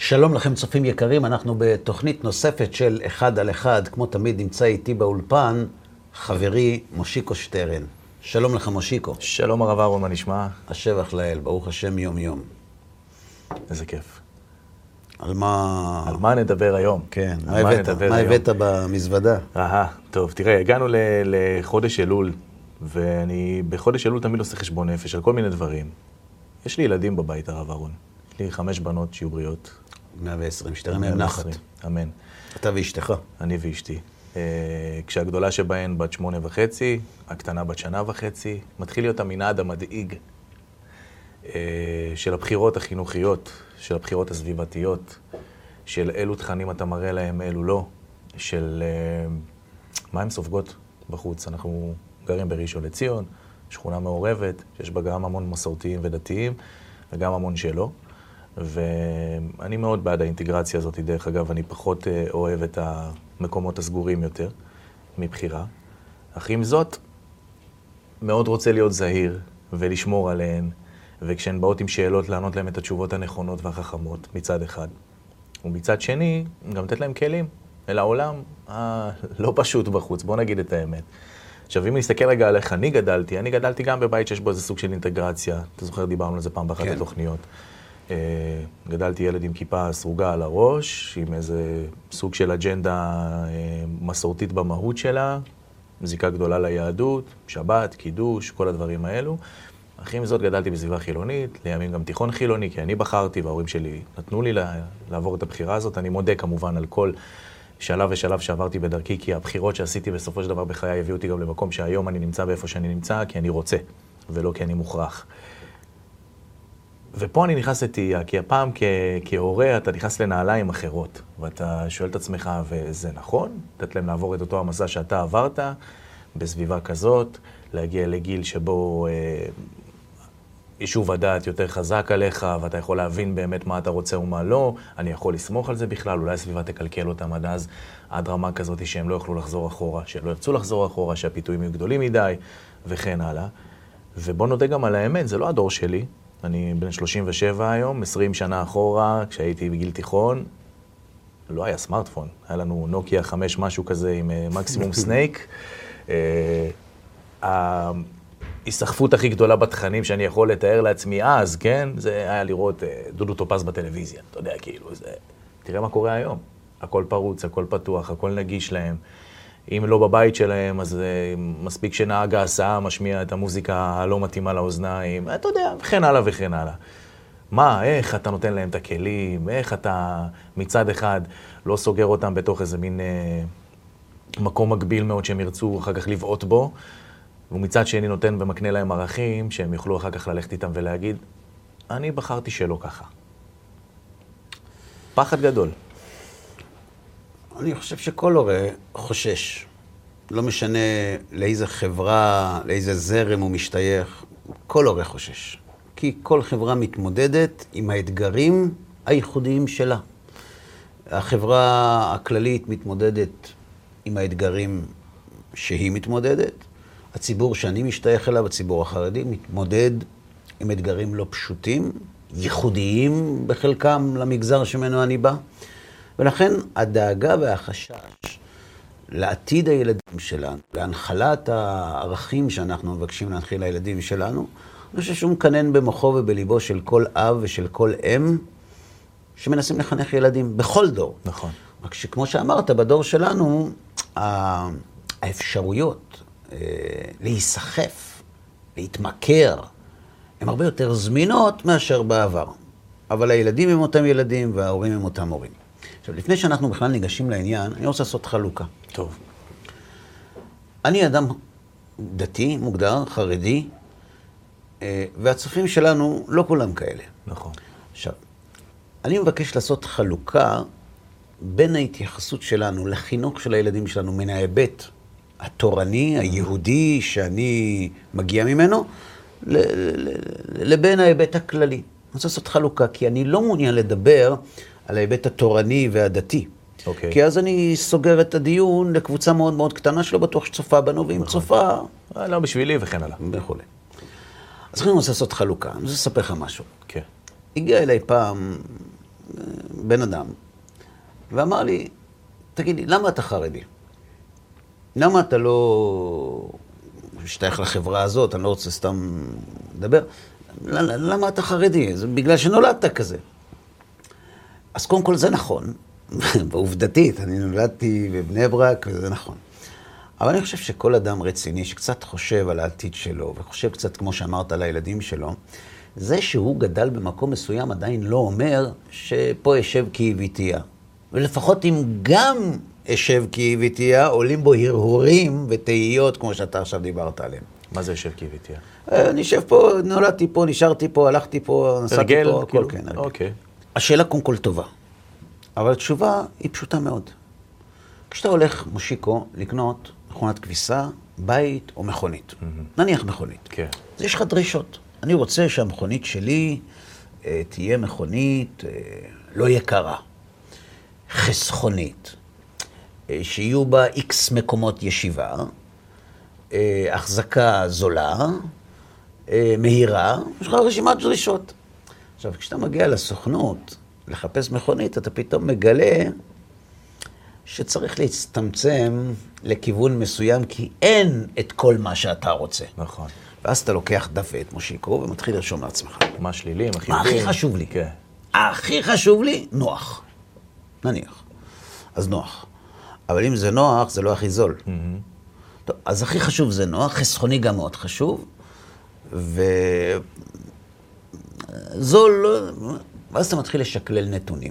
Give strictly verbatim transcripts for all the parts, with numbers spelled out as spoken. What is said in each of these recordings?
שלום לכם צופים יקרים, אנחנו בתוכנית נוספת של אחד על אחד, כמו תמיד נמצא איתי באולפן חברי מושיקו שטרן. שלום לך מושיקו. שלום הרב אהרון, מה נשמע? השבח לאל, ברוך השם יום יום. איזה כיף. על מה... על מה נדבר היום? כן, מה הבאת? מה הבאת במזוודה? אהה, טוב, תראה, הגענו ל- לחודש אלול, ואני בחודש אלול תמיד עושה חשבון נפש על כל מיני דברים. יש לי ילדים בבית, הרב אהרון. יש לי חמש בנות שיהיו בריאות. מאה ועשרים, שתראה מהם נחת. אמן. אתה ואשתך. אני ואשתי. כשהגדולה שבהן בת שמונה וחצי, הקטנה בת שנה וחצי, מתחיל להיות המנעד המדאיג של הבחירות החינוכיות, של הבחירות הסביבתיות, של אילו תכנים אתה מראה להם, אילו לא, של מה הן סופגות בחוץ. אנחנו גרים בראשון לציון, שכונה מעורבת, שיש בה גם המון מסורתיים ודתיים, וגם המון שלא. ואני מאוד בעד האינטגרציה הזאת, דרך אגב, אני פחות אוהב את המקומות הסגורים יותר, מבחירה. אך עם זאת, מאוד רוצה להיות זהיר ולשמור עליהן, וכשהן באות עם שאלות, לענות להן את התשובות הנכונות והחכמות, מצד אחד. ומצד שני, גם לתת להם כלים אל העולם הלא פשוט בחוץ, בוא נגיד את האמת. עכשיו, אם נסתכל רגע על איך אני גדלתי, אני גדלתי גם בבית שיש בו איזה סוג של אינטגרציה, אתה זוכר, דיברנו על זה פעם באחת התוכניות. גדלתי ילד עם כיפה סרוגה על הראש, עם איזה סוג של אג'נדה מסורתית במהות שלה, זיקה גדולה ליהדות, שבת, קידוש, כל הדברים האלו. אך עם זאת גדלתי בסביבה חילונית, לימים גם תיכון חילוני, כי אני בחרתי וההורים שלי נתנו לי לעבור את הבחירה הזאת. אני מודה כמובן על כל שלב ושלב שעברתי בדרכי, כי הבחירות שעשיתי בסופו של דבר בחיי הביאו אותי גם למקום שהיום אני נמצא באיפה שאני נמצא, כי אני רוצה, ולא כי אני מוכרח. ופה אני נכנס לתהייה, כי הפעם כ- כהורה אתה נכנס לנעליים אחרות, ואתה שואל את עצמך, וזה נכון? לתת להם לעבור את אותו המסע שאתה עברת, בסביבה כזאת, להגיע לגיל שבו אה, יישוב הדעת יותר חזק עליך, ואתה יכול להבין באמת מה אתה רוצה ומה לא, אני יכול לסמוך על זה בכלל, אולי הסביבה תקלקל אותם עד אז, עד רמה כזאת שהם לא יוכלו לחזור אחורה, שהם לא ירצו לחזור אחורה, שהפיתויים יהיו גדולים מדי, וכן הלאה. ובוא נודה גם על האמת, זה לא הדור שלי, אני בן שלושים ושבע היום, עשרים שנה אחורה, כשהייתי בגיל תיכון, לא היה סמארטפון. היה לנו נוקיה חמש משהו כזה עם מקסימום סנייק. ההיסחפות הכי גדולה בתכנים שאני יכול לתאר לעצמי אז, כן? זה היה לראות דודו טופז בטלוויזיה. אתה יודע, כאילו, זה... תראה מה קורה היום. הכל פרוץ, הכל פתוח, הכל נגיש להם. אם לא בבית שלהם, אז מספיק שנהג ההסעה משמיע את המוזיקה הלא מתאימה לאוזניים, אתה יודע, וכן הלאה וכן הלאה. מה, איך אתה נותן להם את הכלים, איך אתה מצד אחד לא סוגר אותם בתוך איזה מין אה, מקום מגביל מאוד שהם ירצו אחר כך לבעוט בו, ומצד שני נותן ומקנה להם ערכים שהם יוכלו אחר כך ללכת איתם ולהגיד, אני בחרתי שלא ככה. פחד גדול. אני חושב שכל הורה חושש. לא משנה לאיזה חברה, לאיזה זרם הוא משתייך, כל הורה חושש. כי כל חברה מתמודדת עם האתגרים הייחודיים שלה. החברה הכללית מתמודדת עם האתגרים שהיא מתמודדת. הציבור שאני משתייך אליו, הציבור החרדי, מתמודד עם אתגרים לא פשוטים, ייחודיים בחלקם למגזר שמנו אני בא. ולכן הדאגה והחשש לעתיד הילדים שלנו, להנחלת הערכים שאנחנו מבקשים להנחיל לילדים שלנו, אני חושב שהוא מקנן במוחו ובליבו של כל אב ושל כל אם שמנסים לחנך ילדים בכל דור. נכון. רק שכמו שאמרת, בדור שלנו, האפשרויות להיסחף, להתמכר, הן הרבה יותר זמינות מאשר בעבר. אבל הילדים הם אותם ילדים וההורים הם אותם הורים. עכשיו, לפני שאנחנו בכלל ניגשים לעניין, אני רוצה לעשות חלוקה. טוב. אני אדם דתי, מוגדר, חרדי, והצופים שלנו לא כולם כאלה. נכון. עכשיו, אני מבקש לעשות חלוקה בין ההתייחסות שלנו לחינוך של הילדים שלנו מן ההיבט התורני, היהודי, שאני מגיע ממנו, לבין ההיבט הכללי. אני רוצה לעשות חלוקה, כי אני לא מעוניין לדבר על ההיבט התורני והדתי. אוקיי. כי אז אני סוגר את הדיון לקבוצה מאוד מאוד קטנה שלא בטוח שצופה בנו, ואם צופה... לא בשבילי וכן הלאה. וכו'. אז אני רוצה לעשות חלוקה, אני רוצה לספר לך משהו. כן. הגיע אליי פעם בן אדם, ואמר לי, תגיד לי, למה אתה חרדי? למה אתה לא משתייך לחברה הזאת? אני לא רוצה סתם לדבר. למה אתה חרדי? זה בגלל שנולדת כזה. אז קודם כל זה נכון, בעובדתית, אני נולדתי בבני ברק וזה נכון. אבל אני חושב שכל אדם רציני שקצת חושב על העתיד שלו, וחושב קצת כמו שאמרת על הילדים שלו, זה שהוא גדל במקום מסוים עדיין לא אומר שפה ישב כאיביתיה. ולפחות אם גם ישב כאיביתיה, עולים בו הרהורים ותהיות כמו שאתה עכשיו דיברת עליהם. מה זה ישב כאיביתיה? אני ישב פה, נולדתי פה, נשארתי פה, הלכתי פה, נסעתי פה, הכל כן. אוקיי. השאלה קודם כל טובה, אבל התשובה היא פשוטה מאוד. כשאתה הולך, מושיקו, לקנות מכונת כביסה, בית או מכונית. נניח מכונית. כן. אז יש לך דרישות. אני רוצה שהמכונית שלי אה, תהיה מכונית אה, לא יקרה, חסכונית, אה, שיהיו בה איקס מקומות ישיבה, אה, החזקה זולה, אה, מהירה, יש לך רשימת דרישות. עכשיו, כשאתה מגיע לסוכנות לחפש מכונית, אתה פתאום מגלה שצריך להצטמצם לכיוון מסוים, כי אין את כל מה שאתה רוצה. נכון. ואז אתה לוקח דף ואת מושיקו ומתחיל לרשום לעצמך. מה שלילי, מה חיובי? מה הכי חשוב לי? כן. הכי חשוב לי, נוח. נניח. אז נוח. אבל אם זה נוח, זה לא הכי זול. Mm-hmm. טוב, אז הכי חשוב זה נוח, חסכוני גם מאוד חשוב, וזול, ואז אתה מתחיל לשקלל נתונים.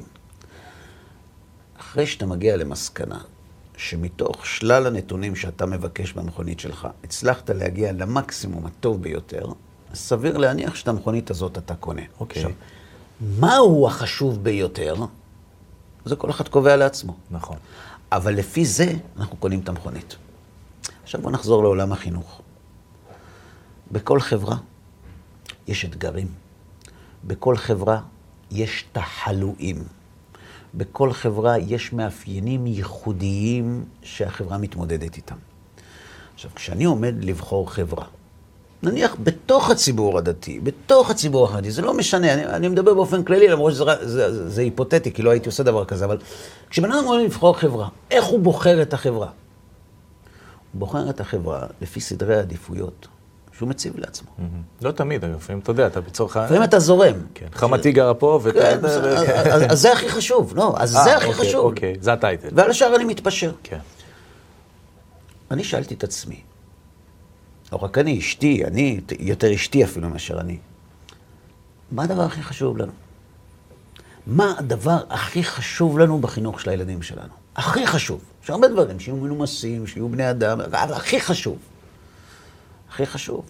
אחרי שאתה מגיע למסקנה, שמתוך שלל הנתונים שאתה מבקש במכונית שלך, הצלחת להגיע למקסימום הטוב ביותר, סביר להניח שאת המכונית הזאת אתה קונה. אוקיי. עכשיו, מהו החשוב ביותר? זה כל אחד קובע לעצמו. נכון. אבל לפי זה אנחנו קונים את המכונית. עכשיו בוא נחזור לעולם החינוך. בכל חברה יש אתגרים. בכל חברה יש תחלואים. בכל חברה יש מאפיינים ייחודיים שהחברה מתמודדת איתם. עכשיו, כשאני עומד לבחור חברה, נניח בתוך הציבור הדתי, בתוך הציבור החרדי, זה לא משנה, אני, אני מדבר באופן כללי, למרות שזה זה, זה, זה היפותטי, כי לא הייתי עושה דבר כזה, אבל כשבן אדם עומד לבחור חברה, איך הוא בוחר את החברה? הוא בוחר את החברה לפי סדרי העדיפויות שהוא מציב לעצמו. לא תמיד, לפעמים אתה יודע, אתה בצורך... לפעמים אתה זורם. חמתי גרה פה, ואתה... אז זה הכי חשוב, לא, אז זה הכי חשוב. אוקיי, זה הטייטל. ועל השאר אני מתפשר. כן. אני שאלתי את עצמי, לא רק אני, אשתי, אני, יותר אשתי אפילו מאשר אני, מה הדבר הכי חשוב לנו? מה הדבר הכי חשוב לנו בחינוך של הילדים שלנו? הכי חשוב. יש הרבה דברים, שיהיו מנומסים, שיהיו בני אדם, אבל הכי חשוב. הכי חשוב.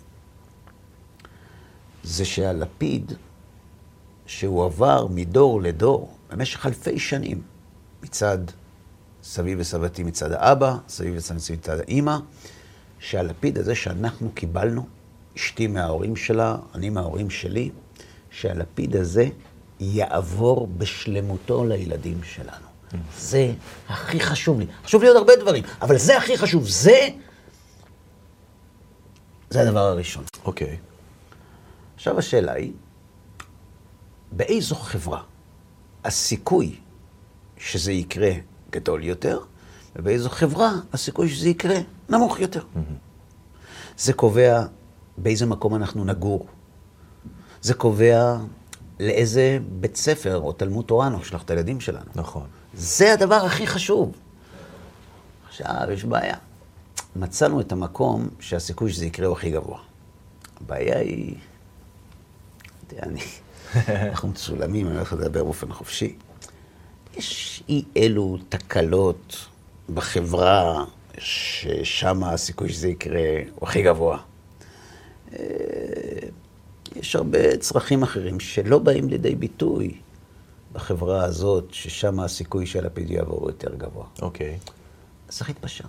זה שהלפיד שהוא עבר מדור לדור במשך אלפי שנים, מצד סבי וסבתי מצד האבא, סבי וסבתי מצד האמא, שהלפיד הזה שאנחנו קיבלנו, אשתי מההורים שלה, אני מההורים שלי, שהלפיד הזה יעבור בשלמותו לילדים שלנו. זה הכי חשוב לי. חשוב לי עוד הרבה דברים, אבל זה הכי חשוב. זה, זה הדבר הראשון. אוקיי. עכשיו השאלה היא, באיזו חברה הסיכוי שזה יקרה גדול יותר, ובאיזו חברה הסיכוי שזה יקרה נמוך יותר. זה קובע באיזה מקום אנחנו נגור. זה קובע לאיזה בית ספר או תלמוד תורה נשלח את הילדים שלנו. נכון. זה הדבר הכי חשוב. עכשיו, יש בעיה. מצאנו את המקום שהסיכוי שזה יקרה הוא הכי גבוה. הבעיה היא... אני... אנחנו מצולמים, אני הולך לדבר באופן חופשי. יש אי אלו תקלות בחברה ששם הסיכוי שזה יקרה הוא הכי גבוה. יש הרבה צרכים אחרים שלא באים לידי ביטוי בחברה הזאת, ששם הסיכוי שהלפיד יעבור הוא יותר גבוה. אוקיי. אז צריך להתפשר.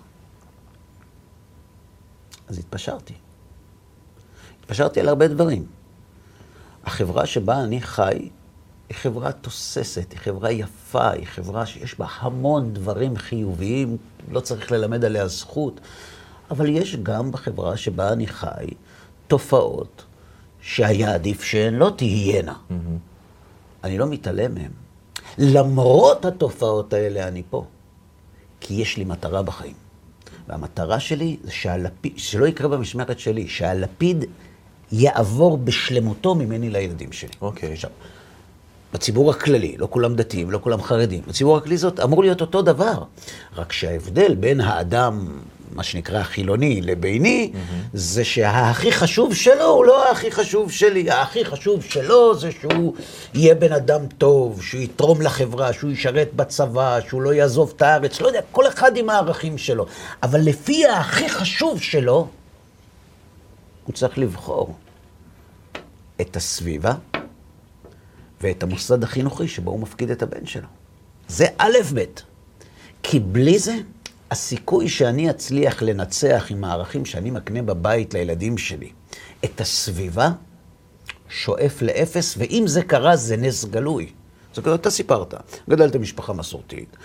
אז התפשרתי. התפשרתי על הרבה דברים. החברה שבה אני חי היא חברה תוססת, היא חברה יפה, היא חברה שיש בה המון דברים חיוביים, לא צריך ללמד עליה זכות, אבל יש גם בחברה שבה אני חי תופעות שהיה עדיף שהן לא תהיינה. Mm-hmm. אני לא מתעלם מהם. למרות התופעות האלה אני פה. כי יש לי מטרה בחיים. והמטרה שלי זה שהלפיד, שלא יקרה במשמרת שלי, שהלפיד יעבור בשלמותו ממני לילדים שלי. אוקיי. עכשיו, בציבור הכללי, לא כולם דתיים, לא כולם חרדים, בציבור הכללי זאת אמור להיות אותו דבר. רק שההבדל בין האדם, מה שנקרא חילוני, לביני, mm-hmm. זה שהכי חשוב שלו הוא לא הכי חשוב שלי. הכי חשוב שלו זה שהוא יהיה בן אדם טוב, שהוא יתרום לחברה, שהוא ישרת בצבא, שהוא לא יעזוב את הארץ, לא יודע, כל אחד עם הערכים שלו. אבל לפי הכי חשוב שלו, הוא צריך לבחור את הסביבה, ואת המוסד החינוכי שבו הוא מפקיד את הבן שלו. זה א' ב'. כי בלי זה, הסיכוי שאני אצליח לנצח עם הערכים שאני מקנה בבית לילדים שלי, את הסביבה, שואף לאפס, ואם זה קרה, זה נס גלוי. זה כאילו, אתה סיפרת, גדלת משפחה מסורתית,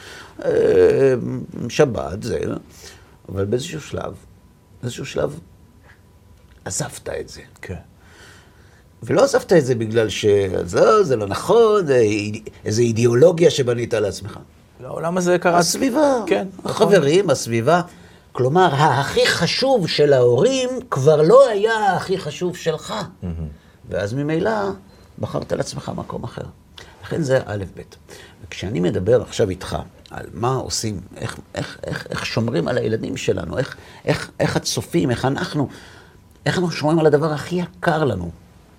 שבת, זה, אבל באיזשהו שלב, באיזשהו שלב, עזבת את זה. כן. ולא עזבת את זה בגלל שזה זה לא נכון, זה איזו אידיאולוגיה שבנית על עצמך. לעולם הזה קרה... הסביבה, כן, החברים, הסביבה. כלומר, הכי חשוב של ההורים כבר לא היה הכי חשוב שלך. ואז ממילא בחרת על עצמך מקום אחר. לכן זה א' ב'. וכשאני מדבר עכשיו איתך על מה עושים, איך, איך, איך, איך שומרים על הילדים שלנו, איך, איך, איך הצופים, איך אנחנו, איך אנחנו שומרים על הדבר הכי יקר לנו.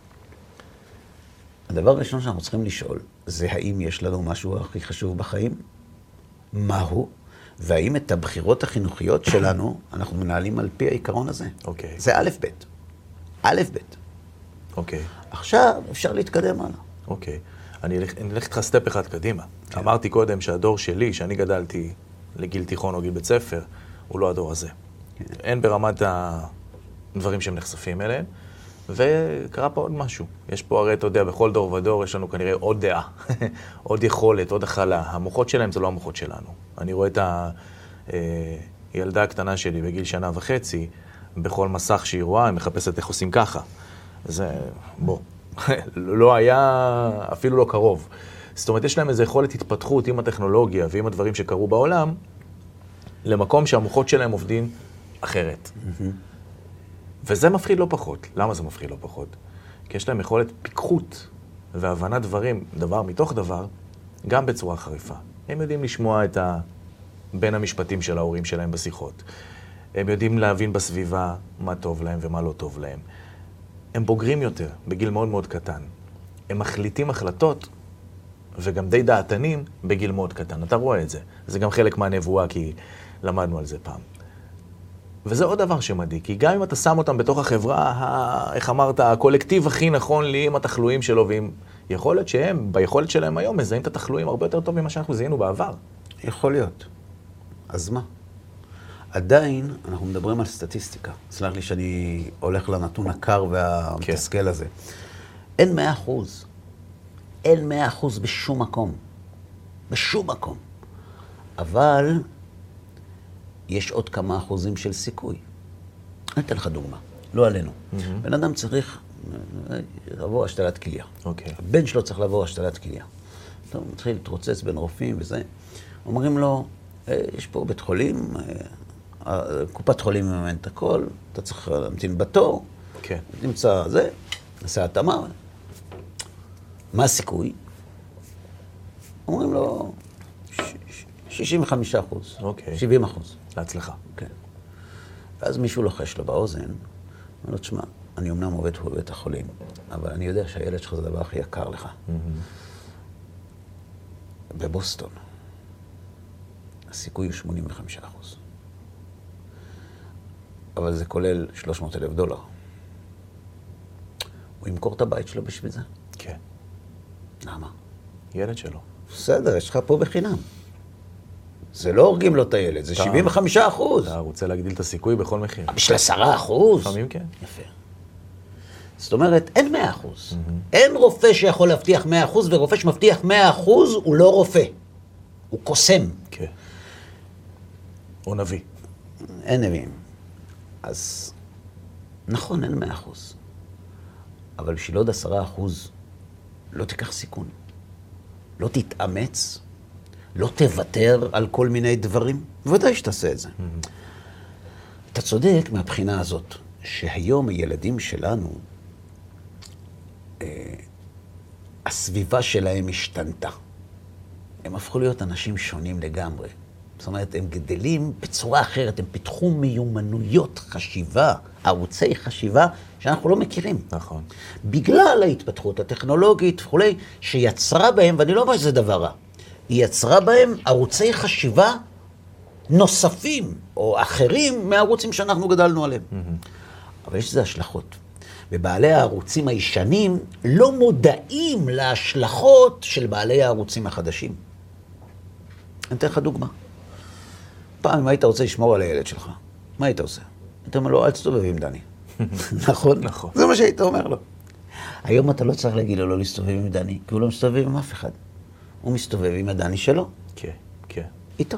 הדבר הראשון שאנחנו צריכים לשאול, זה האם יש לנו משהו הכי חשוב בחיים? מהו? והאם את הבחירות החינוכיות שלנו, אנחנו מנהלים על פי העיקרון הזה? אוקיי. זה א' ב'. א' ב'. אוקיי. עכשיו אפשר להתקדם הלאה. אוקיי. אני אלך, אני אלך איתך סטפ אחד קדימה. כן. אמרתי קודם שהדור שלי, שאני גדלתי לגיל תיכון או גיל בית ספר, הוא לא הדור הזה. כן. אין ברמת הדברים שהם נחשפים אליהם. וקרה פה עוד משהו. יש פה הרי, אתה יודע, בכל דור ודור יש לנו כנראה עוד דעה, עוד יכולת, עוד הכלה. המוחות שלהם זה לא המוחות שלנו. אני רואה את הילדה הקטנה שלי בגיל שנה וחצי, בכל מסך שהיא רואה, היא מחפשת איך עושים ככה. זה, בוא, לא היה אפילו לא קרוב. זאת אומרת, יש להם איזו יכולת התפתחות עם הטכנולוגיה ועם הדברים שקרו בעולם, למקום שהמוחות שלהם עובדים אחרת. וזה מפחיד לא פחות. למה זה מפחיד לא פחות? כי יש להם יכולת פיקחות והבנת דברים, דבר מתוך דבר, גם בצורה חריפה. הם יודעים לשמוע את ה... בין המשפטים של ההורים שלהם בשיחות. הם יודעים להבין בסביבה מה טוב להם ומה לא טוב להם. הם בוגרים יותר, בגיל מאוד מאוד קטן. הם מחליטים החלטות, וגם די דעתנים, בגיל מאוד קטן. אתה רואה את זה. זה גם חלק מהנבואה, כי למדנו על זה פעם. וזה עוד דבר שמדאיג, כי גם אם אתה שם אותם בתוך החברה, ה... איך אמרת, הקולקטיב הכי נכון לי עם התחלואים שלו, ועם יכולת שהם, ביכולת שלהם היום, מזהים את התחלואים הרבה יותר טוב ממה שאנחנו זיהינו בעבר. יכול להיות. אז מה? עדיין אנחנו מדברים על סטטיסטיקה. סלח לי שאני הולך לנתון הקר והמתסכל הזה. אין מאה אחוז. אין מאה אחוז בשום מקום. בשום מקום. אבל יש עוד כמה אחוזים של סיכוי. אני אתן לך דוגמה. לא עלינו. בן אדם צריך לעבור השתלת כליה. אוקיי. הבן שלו צריך לעבור השתלת כליה. הוא מתחיל להתרוצץ בין רופאים וזה. אומרים לו, יש פה בית חולים, קופת חולים מממן את הכל, אתה צריך להמתין בתור, כן. נמצא זה, נעשה התאמה. מה הסיכוי? אומרים לו, שישים וחמישה אחוז, אוקיי. שבעים אחוז. להצלחה. כן. ואז מישהו לוחש לו באוזן, אומר לו, תשמע, אני אמנם עובד פה בבית החולים, אבל אני יודע שהילד שלך זה הדבר הכי יקר לך. בבוסטון, הסיכוי הוא שמונים וחמישה אחוז. אבל זה כולל שלוש מאות אלף דולר. הוא ימכור את הבית שלו בשביל זה? כן. למה? ילד שלו. בסדר, יש לך פה בחינם. זה לא הורגים לו את הילד, זה שבעים וחמישה אחוז. אתה רוצה להגדיל את הסיכוי בכל מחיר. בשביל עשרה אחוז? לפעמים כן. יפה. זאת אומרת, אין מאה אחוז. אין רופא שיכול להבטיח מאה אחוז, ורופא שמבטיח מאה אחוז הוא לא רופא. הוא קוסם. כן. או נביא. אין נביאים. אז נכון, אין מאה אחוז. אבל בשביל עוד עשרה אחוז לא תיקח סיכון. לא תתאמץ, לא תוותר על כל מיני דברים, בוודאי שתעשה את זה. Mm-hmm. אתה צודק מהבחינה הזאת, שהיום הילדים שלנו, אה, הסביבה שלהם השתנתה. הם הפכו להיות אנשים שונים לגמרי. זאת אומרת, הם גדלים בצורה אחרת, הם פיתחו מיומנויות חשיבה, ערוצי חשיבה, שאנחנו לא מכירים. נכון. בגלל ההתפתחות הטכנולוגית וכולי, שיצרה בהם, ואני לא אומר שזה דבר רע, היא יצרה בהם ערוצי חשיבה נוספים, או אחרים, מהערוצים שאנחנו גדלנו עליהם. Mm-hmm. אבל יש לזה השלכות. ובעלי הערוצים הישנים לא מודעים להשלכות של בעלי הערוצים החדשים. אני אתן לך דוגמה. פעם, אם היית רוצה לשמור על הילד שלך, מה היית עושה? היית אומר לו, אל תסתובב עם דני. נכון? נכון. זה מה שהיית אומר לו. היום אתה לא צריך להגיד לו לא להסתובב עם דני, כי הוא לא מסתובב עם אף אחד. הוא מסתובב עם הדני שלו. כן, כן. איתו.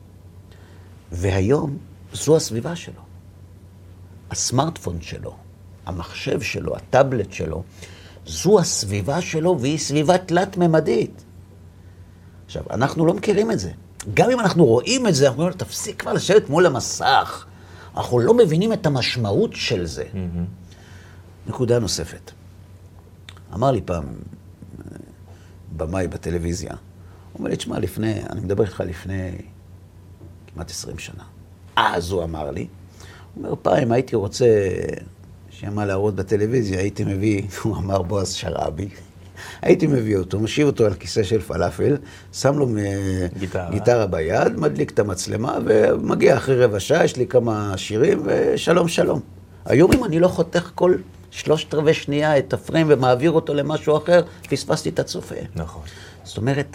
והיום זו הסביבה שלו. הסמארטפון שלו, המחשב שלו, הטאבלט שלו, זו הסביבה שלו והיא סביבה תלת-ממדית. עכשיו, אנחנו לא מכירים את זה. גם אם אנחנו רואים את זה, אנחנו אומרים, תפסיק כבר לשבת מול המסך. אנחנו לא מבינים את המשמעות של זה. Mm-hmm. נקודה נוספת. אמר לי פעם, במאי בטלוויזיה, הוא אומר לי, תשמע, לפני, אני מדבר איתך לפני כמעט עשרים שנה. אז הוא אמר לי, הוא אומר, פעם הייתי רוצה שיהיה מה להראות בטלוויזיה, הייתי מביא, הוא אמר בועז שרעבי, הייתי מביא אותו, משיב אותו על כיסא של פלאפל, שם לו גיטרה. גיטרה ביד, מדליק את המצלמה, ומגיע אחרי רבע שעה, יש לי כמה שירים, ושלום שלום. היום אם אני לא חותך כל שלושת רבעי שנייה את הפריים ומעביר אותו למשהו אחר, פספסתי את הצופה. נכון. זאת אומרת,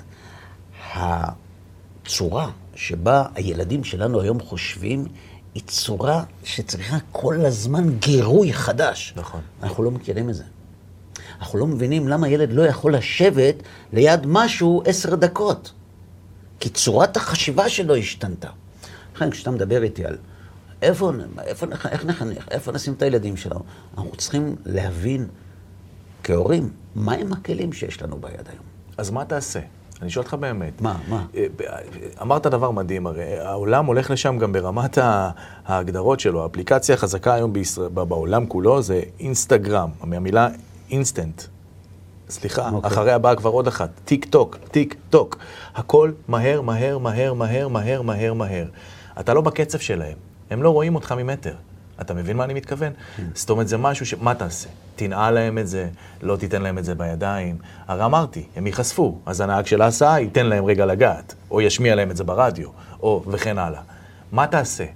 הצורה שבה הילדים שלנו היום חושבים, היא צורה שצריכה כל הזמן גירוי חדש. נכון. אנחנו לא מכירים את זה. אנחנו לא מבינים למה ילד לא יכול לשבת ליד משהו עשר דקות. כי צורת החשיבה שלו השתנתה. לכן, כשאתה מדבר איתי על איפה, איפה, איך נחנך, איפה נשים את הילדים שלנו, אנחנו צריכים להבין כהורים, מהם הכלים שיש לנו ביד היום. אז מה תעשה? אני שואל אותך באמת. מה, מה? אמרת דבר מדהים, הרי העולם הולך לשם גם ברמת ההגדרות שלו. האפליקציה החזקה היום בישראל, בעולם כולו זה אינסטגרם, מהמילה אינסטנט. סליחה, okay. אחרי הבאה כבר עוד אחת. טיק טוק, טיק טוק. הכל מהר, מהר, מהר, מהר, מהר, מהר, מהר. אתה לא בקצב שלהם. הם לא רואים אותך ממטר. אתה מבין מה אני מתכוון? Hmm. זאת אומרת, זה משהו ש... מה תעשה? תנעל להם את זה, לא תיתן להם את זה בידיים. הרי אמרתי, הם ייחשפו. אז הנהג של ההסעה ייתן להם רגע לגעת, או ישמיע להם את זה ברדיו, או וכן הלאה. מה תעשה?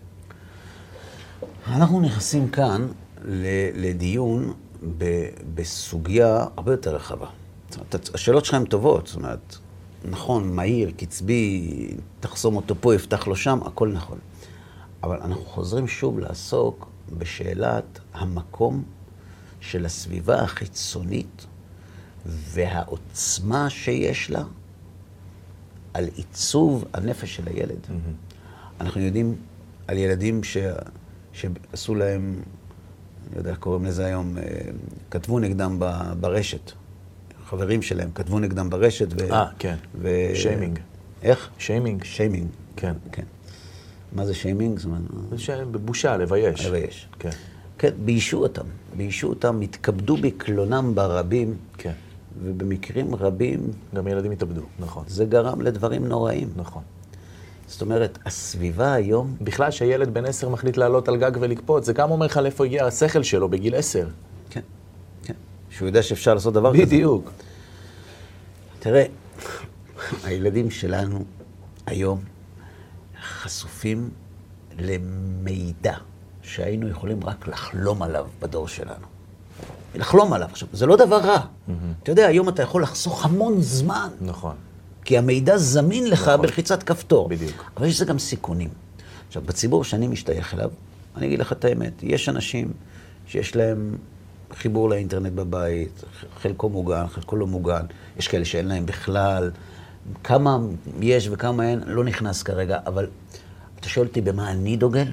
אנחנו נכנסים כאן לדיון ב... בסוגיה הרבה יותר רחבה. זאת אומרת, השאלות שלך הן טובות. זאת אומרת, נכון, מהיר, קצבי, תחסום אותו פה, יפתח לו שם, הכל נכון. אבל אנחנו חוזרים שוב לעסוק בשאלת המקום של הסביבה החיצונית והעוצמה שיש לה על עיצוב הנפש של הילד. Mm-hmm. אנחנו יודעים על ילדים ש... שעשו להם, אני יודע, קוראים לזה היום, כתבו נגדם ברשת. חברים שלהם כתבו נגדם ברשת. ו... אה, כן. ו... שיימינג. איך? שיימינג. שיימינג. כן. כן. מה זה שיימינג? זאת אומרת... זה בבושה, לבייש. לבייש. כן. כן, ביישו אותם. ביישו אותם, התכבדו בקלונם ברבים. כן. ובמקרים רבים... גם ילדים התאבדו, נכון. זה גרם לדברים נוראים. נכון. זאת אומרת, הסביבה היום... בכלל שילד בן עשר מחליט לעלות על גג ולקפוץ, זה גם אומר לך לאיפה הגיע השכל שלו בגיל עשר. כן, כן. שהוא יודע שאפשר לעשות דבר כזה. בדיוק. תראה, הילדים שלנו היום חשופים למידע שהיינו יכולים רק לחלום עליו בדור שלנו. לחלום עליו. עכשיו, זה לא דבר רע. Mm-hmm. אתה יודע, היום אתה יכול לחסוך המון זמן. נכון. כי המידע זמין לך נכון. בלחיצת כפתור. בדיוק. אבל יש זה גם סיכונים. עכשיו, בציבור שאני משתייך אליו, אני אגיד לך את האמת, יש אנשים שיש להם חיבור לאינטרנט בבית, חלקו מוגן, חלקו לא מוגן, יש כאלה שאין להם בכלל, כמה יש וכמה אין, לא נכנס כרגע, אבל אתה שואל אותי במה אני דוגל?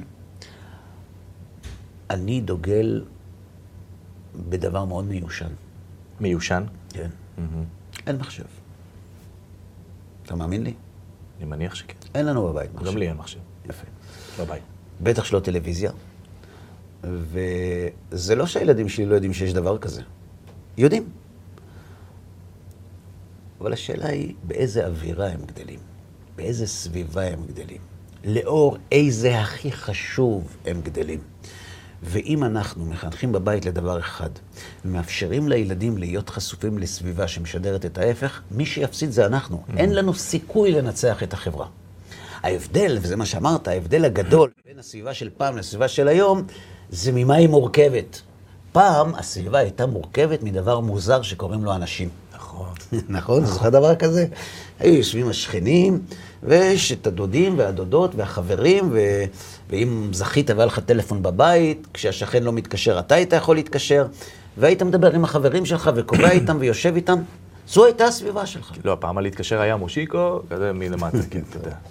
אני דוגל בדבר מאוד מיושן. מיושן? כן. Mm-hmm. אין מחשב. אתה מאמין לי? אני מניח שכן. אין לנו בבית מחשב. גם לי אין מחשב. יפה. בבית. בטח שלא טלוויזיה. וזה לא שהילדים שלי לא יודעים שיש דבר כזה. יודעים. אבל השאלה היא, באיזה אווירה הם גדלים? באיזה סביבה הם גדלים? לאור איזה הכי חשוב הם גדלים? ואם אנחנו מחנכים בבית לדבר אחד, ומאפשרים לילדים להיות חשופים לסביבה שמשדרת את ההפך, מי שיפסיד זה אנחנו. Mm-hmm. אין לנו סיכוי לנצח את החברה. ההבדל, וזה מה שאמרת, ההבדל הגדול בין הסביבה של פעם לסביבה של היום, זה ממה היא מורכבת. פעם הסביבה הייתה מורכבת מדבר מוזר שקוראים לו אנשים. נכון. נכון? זה זוכר דבר כזה? היו יושבים השכנים, ויש את הדודים והדודות והחברים, ו... ואם זכית והיה לך טלפון בבית, כשהשכן לא מתקשר, אתה היית יכול להתקשר, והיית מדבר עם החברים שלך וקובע איתם ויושב איתם. זו הייתה הסביבה שלך. לא, הפעם על להתקשר היה מושיקו, כזה מלמטה, כן, אתה יודע.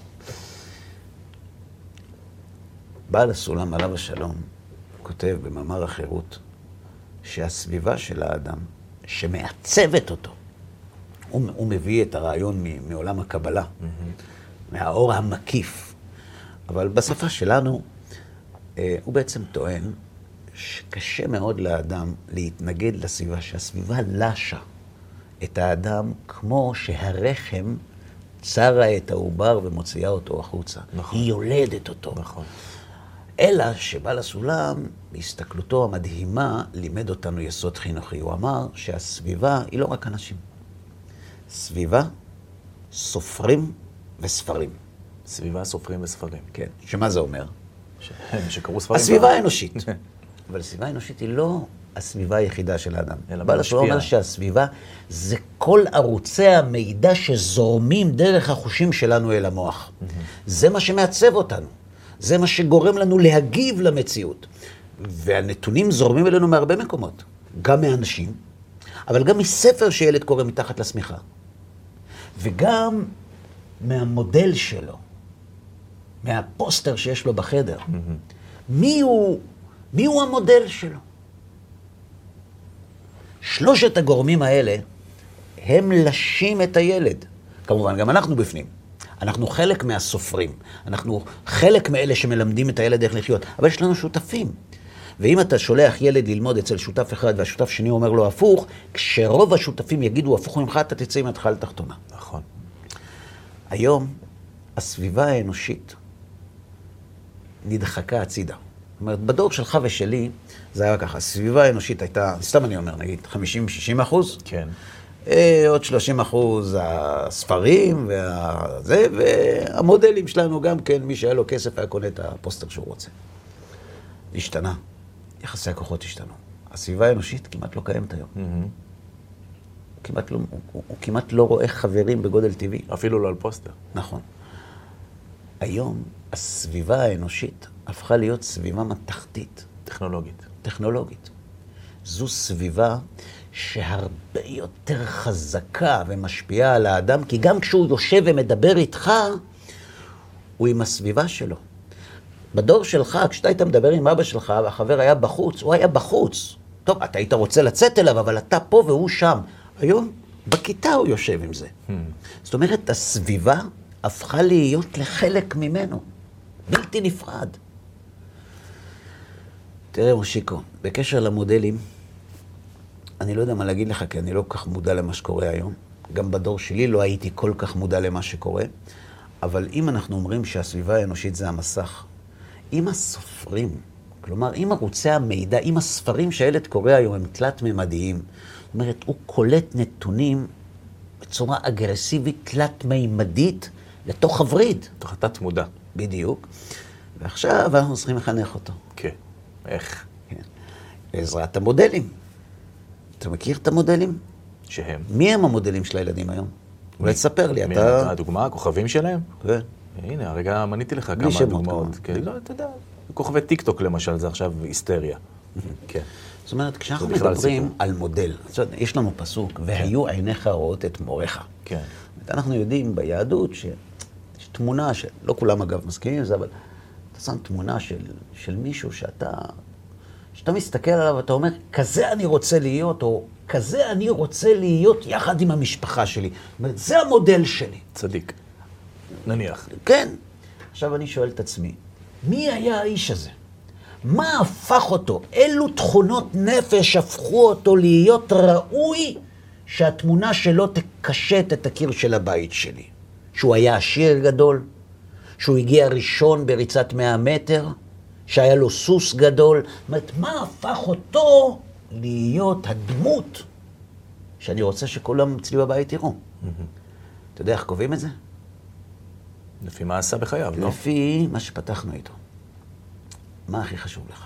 בעל הסולם עליו השלום כותב במאמר החירות שהסביבה של האדם שמעצבת אותו, הוא, הוא מביא את הרעיון מ, מעולם הקבלה, mm-hmm. מהאור המקיף. אבל בשפה שלנו אה, הוא בעצם טוען שקשה מאוד לאדם להתנגד לסביבה, שהסביבה לשה את האדם כמו שהרחם צרה את העובר ומוציאה אותו החוצה. נכון. היא יולדת אותו. נכון. אלא שבעל הסולם, בהסתכלותו המדהימה, לימד אותנו יסוד חינוכי. הוא אמר שהסביבה היא לא רק אנשים. סביבה, סופרים וספרים. סביבה, סופרים וספרים. כן. שמה זה אומר? ש... שקראו ספרים. הסביבה האנושית. אבל הסביבה האנושית היא לא הסביבה היחידה של האדם. בעל הסולם אומר שהסביבה זה כל ערוצי המידע שזורמים דרך החושים שלנו אל המוח. זה מה שמעצב אותנו. זה מה שגורם לנו להגיב למציאות. והנתונים זורמים אלינו מהרבה מקומות. גם מאנשים, אבל גם מספר שילד קורא מתחת לשמיכה. וגם מהמודל שלו. מהפוסטר שיש לו בחדר. מי הוא, מי הוא המודל שלו? שלושת הגורמים האלה הם לשים את הילד. כמובן, גם אנחנו בפנים. אנחנו חלק מהסופרים. אנחנו חלק מאלה שמלמדים את הילד איך לחיות. אבל יש לנו שותפים. ואם אתה שולח ילד ללמוד אצל שותף אחד והשותף שני אומר לו הפוך, כשרוב השותפים יגידו הפוך ממך, אתה תצא עם התחל תחתונה. נכון. היום הסביבה האנושית נדחקה הצידה. זאת אומרת, בדור שלך ושלי, זה היה ככה, הסביבה האנושית הייתה, סתם אני אומר, נגיד, חמישים שישים אחוז. כן. עוד שלושים אחוז הספרים והזה, והמודלים שלנו גם כן, מי שהיה לו כסף היה קונה את הפוסטר שהוא רוצה. השתנה. יחסי הכוחות השתנו. הסביבה האנושית כמעט לא קיימת היום. Mm-hmm. כמעט לא, הוא, הוא, הוא כמעט לא רואה חברים בגודל טבעי. אפילו לא על פוסטר. נכון. היום הסביבה האנושית הפכה להיות סביבה מתחתית. טכנולוגית. טכנולוגית. זו סביבה שהרבה יותר חזקה ומשפיעה על האדם, כי גם כשהוא יושב ומדבר איתך, הוא עם הסביבה שלו. בדור שלך, כשאתה היית מדבר עם אבא שלך, והחבר היה בחוץ, הוא היה בחוץ. טוב, אתה היית רוצה לצאת אליו, אבל אתה פה והוא שם. היום, בכיתה הוא יושב עם זה. Hmm. זאת אומרת, הסביבה הפכה להיות לחלק ממנו. בלתי נפרד. תראה, מושיקו, בקשר למודלים, אני לא יודע מה להגיד לך, כי אני לא כל כך מודע למה שקורה היום. גם בדור שלי לא הייתי כל כך מודע למה שקורה. אבל אם אנחנו אומרים שהסביבה האנושית זה המסך, אם הסופרים, כלומר, אם ערוצי המידע, אם הספרים שהילד קורא היום הם תלת-ממדיים, זאת אומרת, הוא קולט נתונים בצורה אגרסיבית, תלת-מימדית, לתוך הווריד. תוך התת מודע. בדיוק. ועכשיו אנחנו צריכים לחנך אותו. כן. איך? כן. בעזרת המודלים. אתה מכיר את המודלים? שהם? מי הם המודלים של הילדים היום? אולי תספר לי, מי אתה... הדוגמה, הכוכבים שלהם? כן. הנה, הרגע מניתי לך כמה דוגמאות. כן, לא, אתה יודע, כוכבי טיק טוק למשל, זה עכשיו היסטריה. כן. זאת אומרת, כשאנחנו מדברים על מודל, יש לנו פסוק, והיו עיניך רואות את מורך. כן. אנחנו יודעים ביהדות שיש תמונה, לא כולם אגב מסכימים עם זה, אבל אתה שם תמונה של, של מישהו שאתה, שאתה מסתכל עליו ואתה אומר, כזה אני רוצה להיות, או כזה אני רוצה להיות יחד עם המשפחה שלי. זאת אומרת, זה המודל שלי. צדיק. נניח. כן. עכשיו אני שואל את עצמי, מי היה האיש הזה? מה הפך אותו? אילו תכונות נפש הפכו אותו להיות ראוי שהתמונה שלו תקשט את הקיר של הבית שלי? שהוא היה עשיר גדול? שהוא הגיע ראשון בריצת מאה מטר? שהיה לו סוס גדול? זאת אומרת, מה הפך אותו להיות הדמות שאני רוצה שכולם אצלי בבית יראו? אתה יודע איך קובעים את זה? לפי מה עשה בחייו, לא? לפי מה שפתחנו איתו. מה הכי חשוב לך?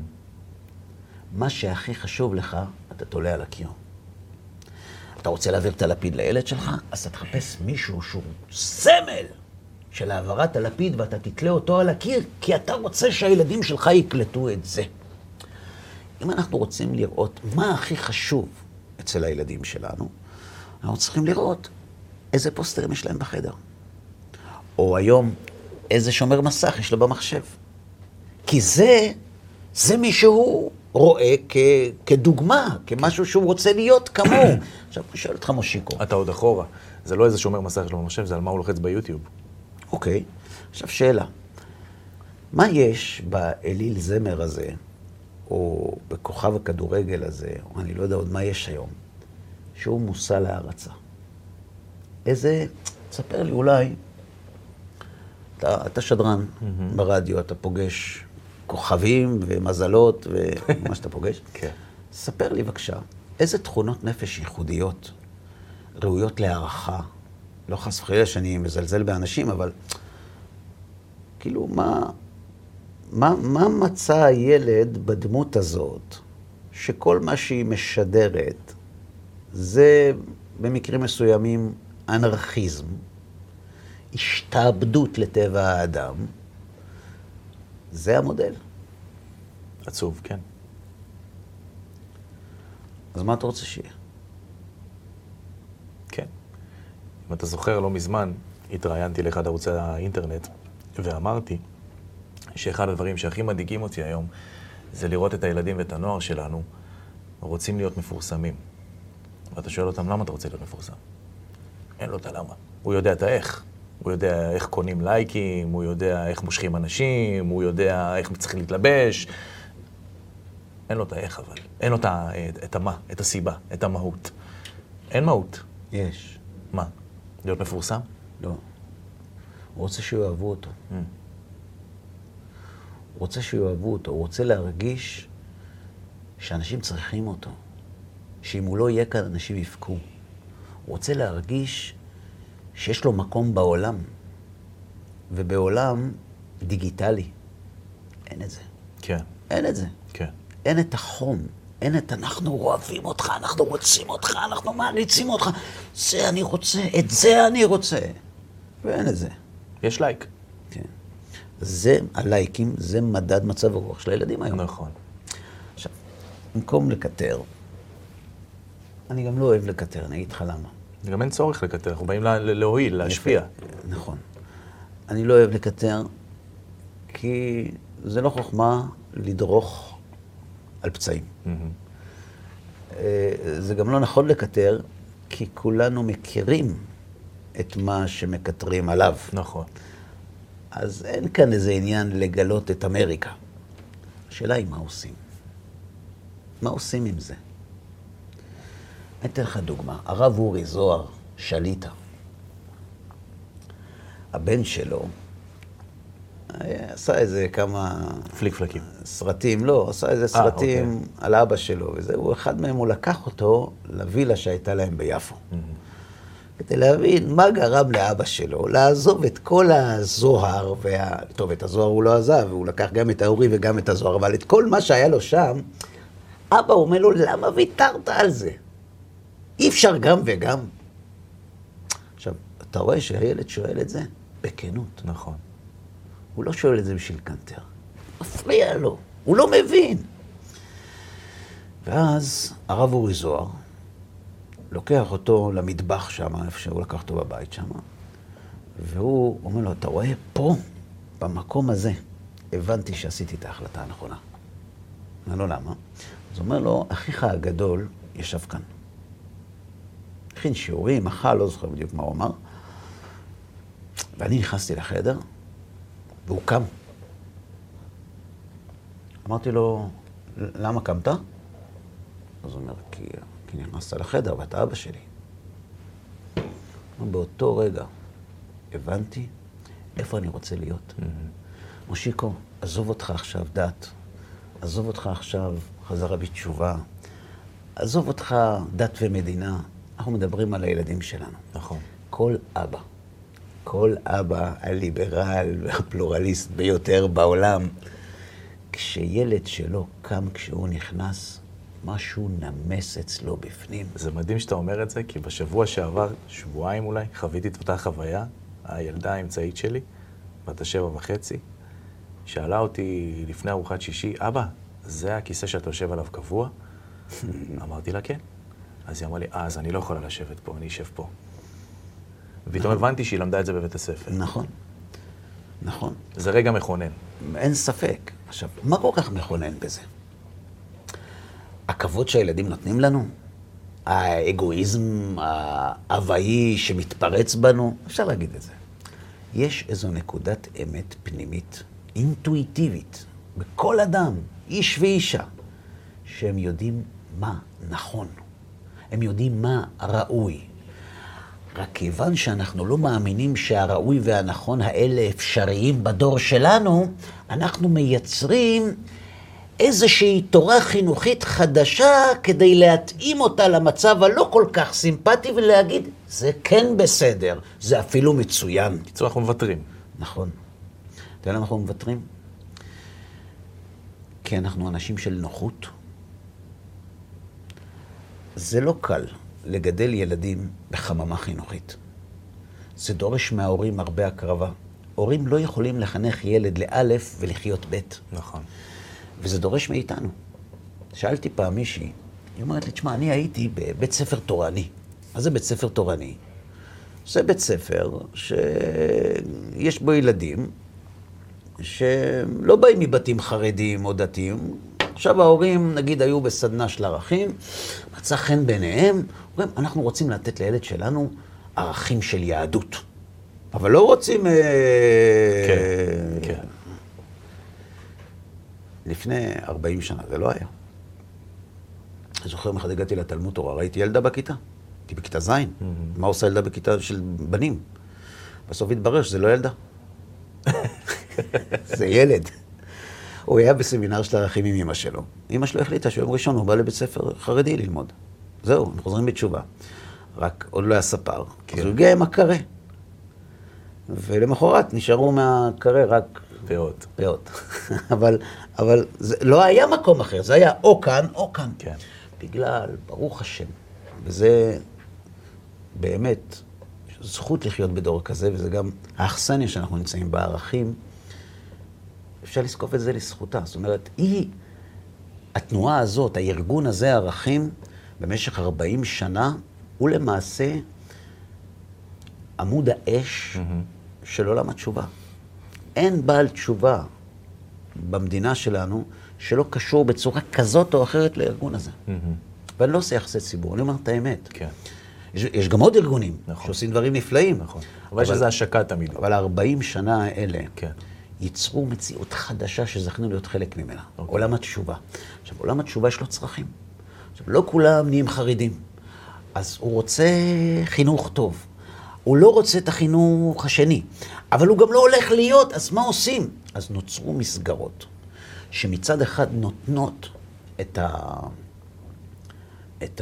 מה שהכי חשוב לך, אתה תולה על הקיר. אתה רוצה להעביר את הלפיד לילד שלך? אז אתה תחפש מישהו שהוא סמל של העברת הלפיד, ואתה תתלה אותו על הקיר, כי אתה רוצה שהילדים שלך יקלטו את זה. אם אנחנו רוצים לראות מה הכי חשוב אצל הילדים שלנו, אנחנו צריכים לראות איזה פוסטרים יש להם בחדר. או היום, איזה שומר מסך יש לו במחשב. כי זה, זה מי שהוא רואה כ, כדוגמה, כמשהו שהוא רוצה להיות כמוהו. עכשיו, אני שואל אותך, מושיקו. אתה עוד אחורה. זה לא איזה שומר מסך שלו במחשב, זה על מה הוא לוחץ ביוטיוב. אוקיי. עכשיו, שאלה. מה יש באליל זמר הזה, או בכוכב הכדורגל הזה, או אני לא יודע עוד מה יש היום, שהוא מושא להערצה? איזה, תספר לי אולי, אתה, אתה שדרן mm-hmm. ברדיו, אתה פוגש כוכבים ומזלות ומה שאתה פוגש. כן. ספר לי בבקשה, איזה תכונות נפש ייחודיות, ראויות להערכה, לא חס וחלילה שאני מזלזל באנשים, אבל כאילו, מה, מה, מה מצא הילד בדמות הזאת, שכל מה שהיא משדרת, זה במקרים מסוימים אנרכיזם, השתעבדות לטבע האדם, זה המודל. עצוב, כן. אז מה אתה רוצה שיהיה? כן. אם אתה זוכר, לא מזמן התראיינתי לאחד ערוצי האינטרנט, ואמרתי שאחד הדברים שהכי מדאיגים אותי היום, זה לראות את הילדים ואת הנוער שלנו רוצים להיות מפורסמים. ואתה שואל אותם, למה אתה רוצה להיות מפורסם? אין לו את הלמה. הוא יודע את האיך. הוא יודע איך קונים לייקים, הוא יודע איך מושכים אנשים, הוא יודע איך צריך להתלבש. אין לו את האיך, אבל. אין לו את, את המה, את הסיבה, את המהות. אין מהות. יש. מה? להיות מפורסם? לא. הוא רוצה שיאהבו אותו. Mm. הוא רוצה שיאהבו אותו. הוא רוצה להרגיש שאנשים צריכים אותו. שאם הוא לא יהיה כאן, אנשים יפקו. הוא רוצה להרגיש שיש לו מקום בעולם, ובעולם דיגיטלי. אין את זה. כן. אין את זה. כן. אין את החום. אין את אנחנו אוהבים אותך, אנחנו רוצים אותך, אנחנו מעריצים אותך. זה אני רוצה, את זה אני רוצה. ואין את זה. יש לייק. כן. זה, הלייקים, זה מדד מצב הרוח של הילדים היום. נכון. עכשיו, במקום לקטר, אני גם לא אוהב לקטר, אני אגיד לך למה. גם אין צורך לקטר, אנחנו באים לה, להועיל, להשפיע. נכון. אני לא אוהב לקטר, כי זה לא חוכמה לדרוך על פצעים. Mm-hmm. זה גם לא נכון לקטר, כי כולנו מכירים את מה שמקטרים עליו. נכון. אז אין כאן איזה עניין לגלות את אמריקה. השאלה היא מה עושים. מה עושים עם זה? אני אתן לך דוגמה. הרב אורי זוהר שליטה. הבן שלו עשה איזה כמה... פליק פלקים. סרטים, לא, עשה איזה סרטים אוקיי. על אבא שלו, וזהו, אחד מהם הוא לקח אותו לווילה שהייתה להם ביפו. Mm-hmm. כדי להבין מה גרם לאבא שלו, לעזוב את כל הזוהר, וה... טוב, את הזוהר הוא לא עזב, הוא לקח גם את האורי וגם את הזוהר, אבל את כל מה שהיה לו שם, אבא אומר לו, למה ויתרת על זה? אי אפשר גם וגם. עכשיו, אתה רואה שהילד שואל את זה בכנות. נכון. הוא לא שואל את זה בשביל קנטר. מפריע לו, הוא לא מבין. ואז הרב אורי זוהר לוקח אותו למטבח שם, איפה שהוא לקח אותו בבית שם, והוא אומר לו, אתה רואה, פה, במקום הזה, הבנתי שעשיתי את ההחלטה הנכונה. אומר לו, למה? אז הוא אומר לו, אחיך הגדול ישב כאן. הכין שיעורים, אכל, לא זוכר בדיוק מה הוא אמר. ואני נכנסתי לחדר, והוא קם. אמרתי לו, למה קמת? אז הוא אומר, כי, כי נכנסת לחדר ואתה אבא שלי. באותו רגע הבנתי איפה אני רוצה להיות. Mm-hmm. מושיקו, עזוב אותך עכשיו דת, עזוב אותך עכשיו חזרה בתשובה, עזוב אותך דת ומדינה, אנחנו מדברים על הילדים שלנו. נכון. כל אבא, כל אבא הליברל והפלורליסט ביותר בעולם, כשילד שלו קם כשהוא נכנס, משהו נמס אצלו בפנים. זה מדהים שאתה אומר את זה, כי בשבוע שעבר, שבועיים אולי, חוויתי את אותה חוויה, הילדה האמצעית שלי, בת השבע וחצי, שאלה אותי לפני ארוחת שישי, אבא, זה הכיסא שאתה יושב עליו קבוע? אמרתי לה, כן. אז היא אמרה לי, אה, אז אני לא יכולה לשבת פה, אני אשב פה. ופתאום הבנתי שהיא למדה את זה בבית הספר. נכון, נכון. זה רגע מכונן. אין ספק. עכשיו, מה כל כך מכונן בזה? הכבוד שהילדים נותנים לנו? האגואיזם ההוואי שמתפרץ בנו? אפשר להגיד את זה. יש איזו נקודת אמת פנימית, אינטואיטיבית, בכל אדם, איש ואישה, שהם יודעים מה נכון. הם יודעים מה ראוי. רק כיוון שאנחנו לא מאמינים שהראוי והנכון האלה אפשריים בדור שלנו, אנחנו מייצרים איזושהי תורה חינוכית חדשה כדי להתאים אותה למצב הלא כל כך סימפטי ולהגיד, זה כן בסדר, זה אפילו מצוין. קיצור, אנחנו מוותרים. נכון. אתה יודע למה אנחנו מוותרים? כי אנחנו אנשים של נוחות. זה לא קל לגדל ילדים בחממה חינוכית. זה דורש מההורים הרבה הקרבה. הורים לא יכולים לחנך ילד לאלף ולחיות בית. נכון. וזה דורש מאיתנו. שאלתי פעם מישהי, היא אומרת לי, תשמע, אני הייתי בבית ספר תורני. מה זה בית ספר תורני? זה בית ספר שיש בו ילדים שלא באים מבתים חרדים או דתיים. עכשיו ההורים, נגיד, היו בסדנה של ערכים, מצא חן ביניהם, אומרים, אנחנו רוצים לתת לילד שלנו ערכים של יהדות. אבל לא רוצים... כן, כן. לפני ארבעים שנה, זה לא היה. אני זוכר, אחד הגעתי לתלמוד תורה, ראיתי ילדה בכיתה. הייתי בכיתה זין. Mm-hmm. מה עושה ילדה בכיתה של בנים? בסוף התברר שזה לא ילדה. זה ילד. הוא היה בסמינר של ערכים עם אמא שלו. אמא שלו החליטה שיום ראשון הוא בא לבית ספר חרדי ללמוד. זהו, אנחנו חוזרים בתשובה. רק עוד לא היה ספר. כן. אז הוא הגיע עם הקרה. ולמחרת נשארו מהקרה רק... פאות. פאות. אבל, אבל זה לא היה מקום אחר, זה היה או כאן או כאן. כן. בגלל, ברוך השם, וזה באמת זכות לחיות בדור כזה, וזה גם האכסניה שאנחנו נמצאים בערכים, אפשר לזקוף את זה לזכותה. זאת אומרת, היא, התנועה הזאת, הארגון הזה, הערכים, במשך ארבעים שנה, הוא למעשה עמוד האש mm-hmm. של עולם התשובה. אין בעל תשובה במדינה שלנו שלא קשור בצורה כזאת או אחרת לארגון הזה. Mm-hmm. ואני לא עושה יחסי ציבור, אני אומר את האמת. כן. יש, יש גם עוד ארגונים נכון. שעושים דברים נפלאים. נכון. אבל יש איזו השקה תמיד. אבל ארבעים שנה האלה כן. ייצרו מציאות חדשה שזכנו להיות חלק ממנה. אוקיי. עולם התשובה. עכשיו, עולם התשובה יש לו צרכים. עכשיו, לא כולם נהיים חרדים. אז הוא רוצה חינוך טוב. הוא לא רוצה את החינוך השני. אבל הוא גם לא הולך להיות, אז מה עושים? אז נוצרו מסגרות שמצד אחד נותנות את ה... את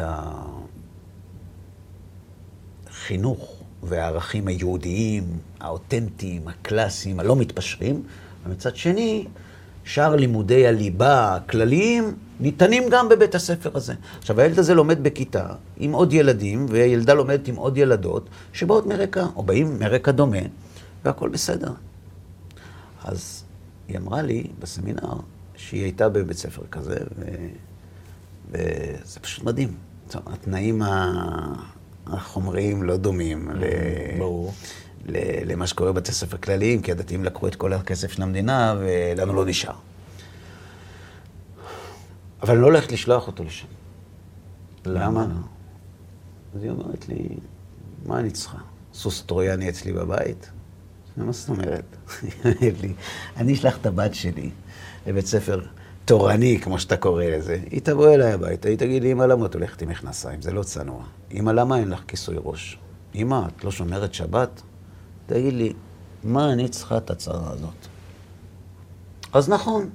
החינוך והערכים היהודיים, האותנטיים, הקלאסיים, הלא מתפשרים, ומצד שני, שאר לימודי הליבה הכלליים ניתנים גם בבית הספר הזה. עכשיו, הילד הזה לומד בכיתה עם עוד ילדים, והילדה לומדת עם עוד ילדות, שבאות מרקע, או באים מרקע דומה, והכל בסדר. אז היא אמרה לי בסמינר שהיא הייתה בבית ספר כזה, ו... וזה פשוט מדהים. זאת אומרת, התנאים החומריים לא דומים ברור. ל... למה שקורה בבתי ספר כלליים, כי הדתיים לקחו את כל הכסף של המדינה, ולנו לא נשאר. אבל לא הולכת לשלוח אותו לשם. למה לא? אז היא אומרת לי, מה אני צריכה? סוס טרויאני אצלי בבית? מה זאת אומרת? היא אומרת לי, אני אשלח את הבת שלי לבית ספר תורני, כמו שאתה קורא לזה. היא תבוא אליי הביתה, היא תגיד לי, אמא, למה את הולכת עם מכנסיים? זה לא צנוע. אמא, למה אין לך כיסוי ראש? אמא, את לא שומרת שבת? תגיד לי, מה אני צריכה את הצרה הזאת? אז נכון.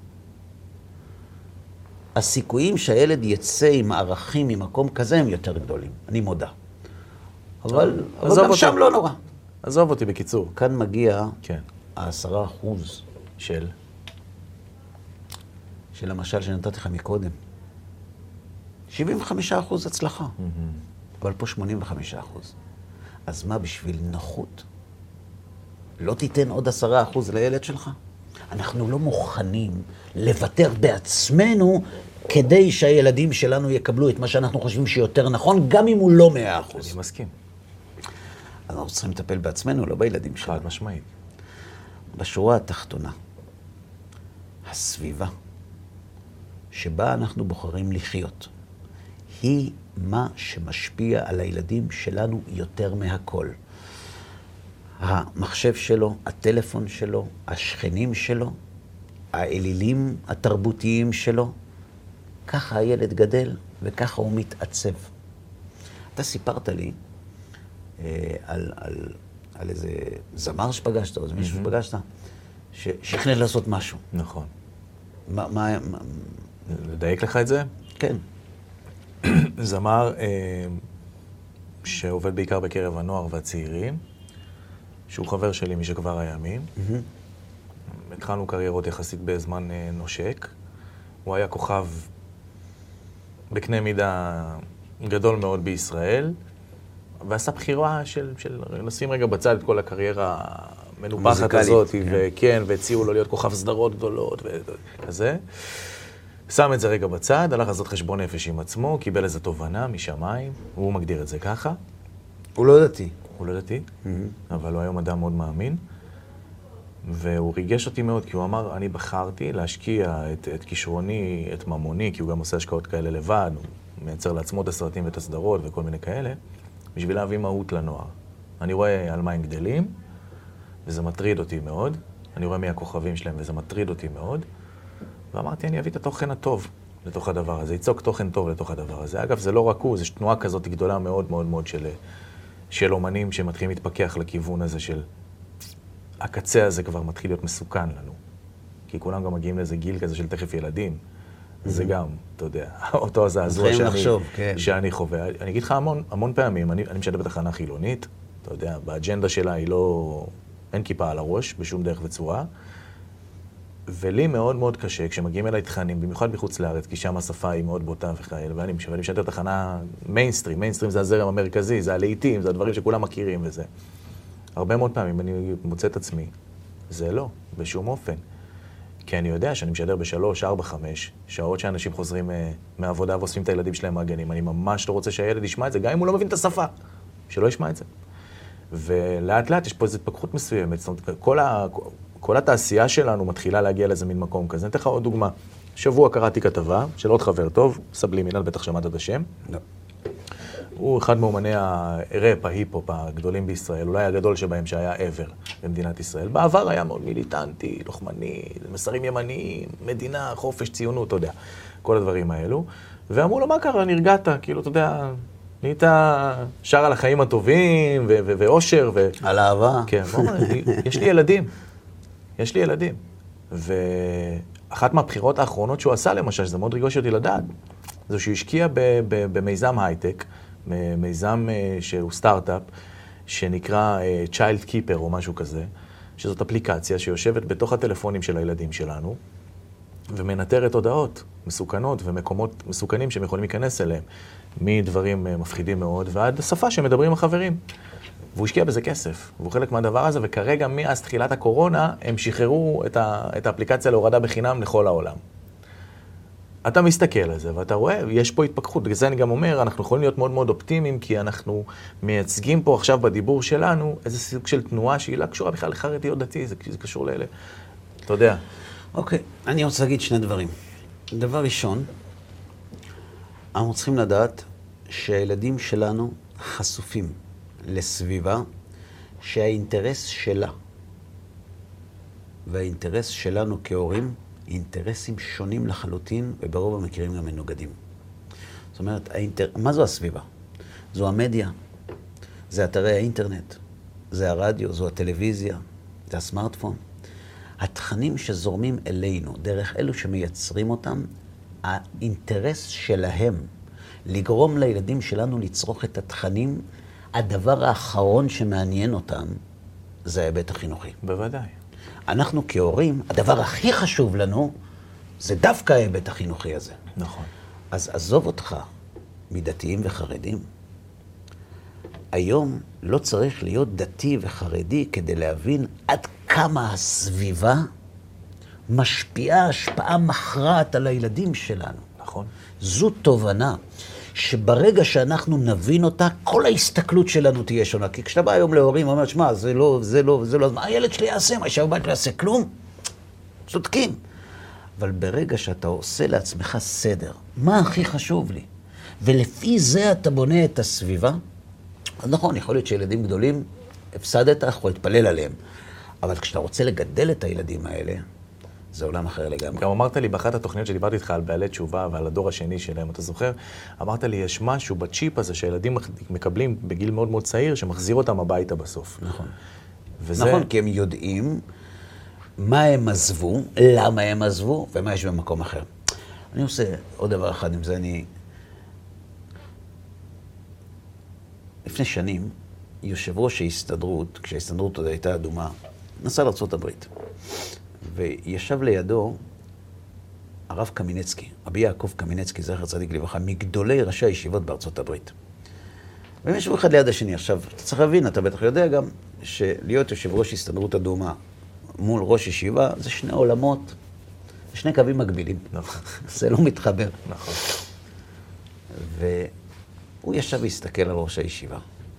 הסיכויים שהילד יצא עם ערכים ממקום כזה הם יותר גדולים. אני מודה. אבל, אבל גם אותי. שם לא נורא. עזוב אותי בקיצור. כאן מגיע כן. העשרה אחוז של? של המשל שנתתי לך מקודם. שבעים וחמישה אחוז הצלחה. Mm-hmm. אבל פה שמונים וחמישה אחוז. אז מה בשביל נוחות? לא תיתן עוד עשרה אחוז לילד שלך? אנחנו לא מוכנים לוותר בעצמנו כדי שהילדים שלנו יקבלו את מה שאנחנו חושבים שיותר נכון, גם אם הוא לא מאה אחוז. אני מסכים. אז אנחנו צריכים לטפל בעצמנו, לא בילדים שלנו. חד משמעית. בשורה התחתונה, הסביבה שבה אנחנו בוחרים לחיות, היא מה שמשפיע על הילדים שלנו יותר מהכל. המחשב שלו, הטלפון שלו, השכנים שלו, האלילים התרבותיים שלו, ככה הילד גדל וככה הוא מתעצב. אתה סיפרת לי אה, על, על, על איזה זמר שפגשת, או איזה מישהו mm-hmm. שפגשת, ששכנע לעשות משהו. נכון. מה, מה, מה... לדייק לך את זה? כן. זמר אה, שעובד בעיקר בקרב הנוער והצעירים, שהוא חבר שלי משכבר הימים. Mm-hmm. התחלנו קריירות יחסית בזמן אה, נושק. הוא היה כוכב בקנה מידה גדול מאוד בישראל, ועשה בחירה של, של נשים רגע בצד את כל הקריירה המנופחת הזאת, כן. וכן, והציעו לו להיות כוכב סדרות גדולות וכזה. שם את זה רגע בצד, הלך לעשות חשבון נפש עם עצמו, קיבל איזו תובנה משמיים, הוא מגדיר את זה ככה. הוא לא דתי. הוא לא דתי, mm-hmm. אבל הוא היום אדם מאוד מאמין, והוא ריגש אותי מאוד, כי הוא אמר, אני בחרתי להשקיע את, את כישרוני, את ממוני, כי הוא גם עושה השקעות כאלה לבד, הוא מייצר לעצמו את הסרטים ואת הסדרות וכל מיני כאלה, בשביל להביא מהות לנוער. אני רואה על מה הם גדלים, וזה מטריד אותי מאוד. אני רואה מי הכוכבים שלהם, וזה מטריד אותי מאוד. ואמרתי, אני אביא את התוכן הטוב לתוך הדבר הזה, ייצוק תוכן טוב לתוך הדבר הזה. אגב, זה לא רק הוא, זו תנועה כזאת גדולה מאוד מאוד מאוד של, של אומנים שמתחילים להתפכח לכיוון הזה של... הקצה הזה כבר מתחיל להיות מסוכן לנו. כי כולם גם מגיעים לאיזה גיל כזה של תכף ילדים. זה גם, אתה יודע, אותו הזעזוע שאני, לחשוב, כן. שאני חווה. אני אגיד לך המון, המון פעמים, אני, אני משדר בתחנה חילונית, אתה יודע, באג'נדה שלה היא לא... אין כיפה על הראש, בשום דרך וצורה. ולי מאוד מאוד קשה, כשמגיעים אליי תכנים, במיוחד מחוץ לארץ, כי שם השפה היא מאוד בוטה וכאלה, ואני משדר תחנה מיינסטרים, מיינסטרים זה הזרם המרכזי, זה הלעיתים, זה הדברים שכולם מכירים וזה. הרבה מאוד פעמים אני מוצא את עצמי, זה לא, בשום אופן. כי אני יודע שאני משדר בשלוש, ארבע, חמש, שעות שאנשים חוזרים uh, מהעבודה ואוספים את הילדים שלהם מהגנים. אני ממש לא רוצה שהילד ישמע את זה, גם אם הוא לא מבין את השפה, שלא ישמע את זה. ולאט לאט יש פה איזו התפכחות מסוימת. זאת אומרת, כל, ה, כל התעשייה שלנו מתחילה להגיע לאיזה מין מקום כזה. אני אתן לך עוד דוגמה. שבוע קראתי כתבה של עוד חבר טוב, סבלימינל, בטח שמעת את השם. לא. הוא אחד מאומני הראפ, ההיפ-הופ הגדולים בישראל, אולי הגדול שבהם שהיה ever במדינת ישראל. בעבר היה מאוד מיליטנטי, לוחמני, מסרים ימניים, מדינה, חופש, ציונות, אתה יודע, כל הדברים האלו. ואמרו לו, מה קרה? נרגעת, כאילו, אתה יודע, נהיית שר על החיים הטובים, ו- ו- ואושר, ו... על אהבה. כן, הוא אומר, יש לי ילדים, יש לי ילדים. ואחת מהבחירות האחרונות שהוא עשה, למשל, שזה מאוד ריגש אותי לדעת, זה שהוא השקיע ב- ב- במיזם הייטק, מיזם שהוא סטארט-אפ, שנקרא Child Keeper או משהו כזה, שזאת אפליקציה שיושבת בתוך הטלפונים של הילדים שלנו, ומנטרת הודעות מסוכנות ומקומות מסוכנים שהם יכולים להיכנס אליהם, מדברים מפחידים מאוד ועד השפה שמדברים החברים. והוא השקיע בזה כסף, והוא חלק מהדבר הזה, וכרגע מאז תחילת הקורונה הם שחררו את, ה- את האפליקציה להורדה בחינם לכל העולם. אתה מסתכל על זה, ואתה רואה, יש פה התפכחות. בגלל זה אני גם אומר, אנחנו יכולים להיות מאוד מאוד אופטימיים, כי אנחנו מייצגים פה עכשיו בדיבור שלנו איזה סוג של תנועה שהיא לא קשורה בכלל לחרדי או דתי, זה, זה קשור לאלה. אתה יודע. אוקיי, אני רוצה להגיד שני דברים. דבר ראשון, אנחנו צריכים לדעת שהילדים שלנו חשופים לסביבה שהאינטרס שלה והאינטרס שלנו כהורים, אינטרסים שונים לחלוטין, וברוב המקרים גם מנוגדים. זאת אומרת, האינטר... מה זו הסביבה? זו המדיה, זה אתרי האינטרנט, זה הרדיו, זו הטלוויזיה, זה הסמארטפון. התכנים שזורמים אלינו, דרך אלו שמייצרים אותם, האינטרס שלהם לגרום לילדים שלנו לצרוך את התכנים, הדבר האחרון שמעניין אותם זה ההיבט החינוכי. בוודאי. אנחנו כהורים, הדבר הכי חשוב לנו זה דווקא ההיבט החינוכי הזה. נכון. אז עזוב אותך מדתיים וחרדים. היום לא צריך להיות דתי וחרדי כדי להבין עד כמה הסביבה משפיעה השפעה מכרעת על הילדים שלנו. נכון. זו תובנה שברגע שאנחנו נבין אותה, כל ההסתכלות שלנו תהיה שונה. כי כשאתה בא היום להורים, אומר, שמה, זה לא, זה לא, זה לא, מה הילד שלי יעשה? מה ישב בית לא יעשה כלום? צודקים. אבל ברגע שאתה עושה לעצמך סדר, מה הכי חשוב לי? ולפי זה אתה בונה את הסביבה, אז נכון, יכול להיות שילדים גדולים, הפסדת, יכול להתפלל עליהם. אבל כשאתה רוצה לגדל את הילדים האלה, זה עולם אחר לגמרי. גם אמרת לי באחת התוכניות שדיברתי איתך על בעלי תשובה ועל הדור השני שלהם, אתה זוכר? אמרת לי, יש משהו בצ'יפ הזה שילדים מקבלים בגיל מאוד מאוד צעיר, שמחזיר אותם הביתה בסוף. נכון. וזה... נכון, כי הם יודעים מה הם עזבו, למה הם עזבו, ומה יש במקום אחר. אני עושה עוד דבר אחד, עם זה אני... לפני שנים, יושב ראש ההסתדרות, כשההסתדרות עוד הייתה אדומה, נסע לארצות הברית. וישב לידו הרב קמינצקי, רבי יעקב קמינצקי, זכר צדיק לברכה, מגדולי ראשי הישיבות בארצות הברית. והם ישבו אחד ליד השני. עכשיו, אתה צריך להבין, אתה בטח יודע גם, שלהיות יושב ראש הסתדרות אדומה מול ראש ישיבה, זה שני עולמות, שני קווים מקבילים. נכון. זה לא מתחבר. נכון. והוא ישב והסתכל על ראש הישיבה.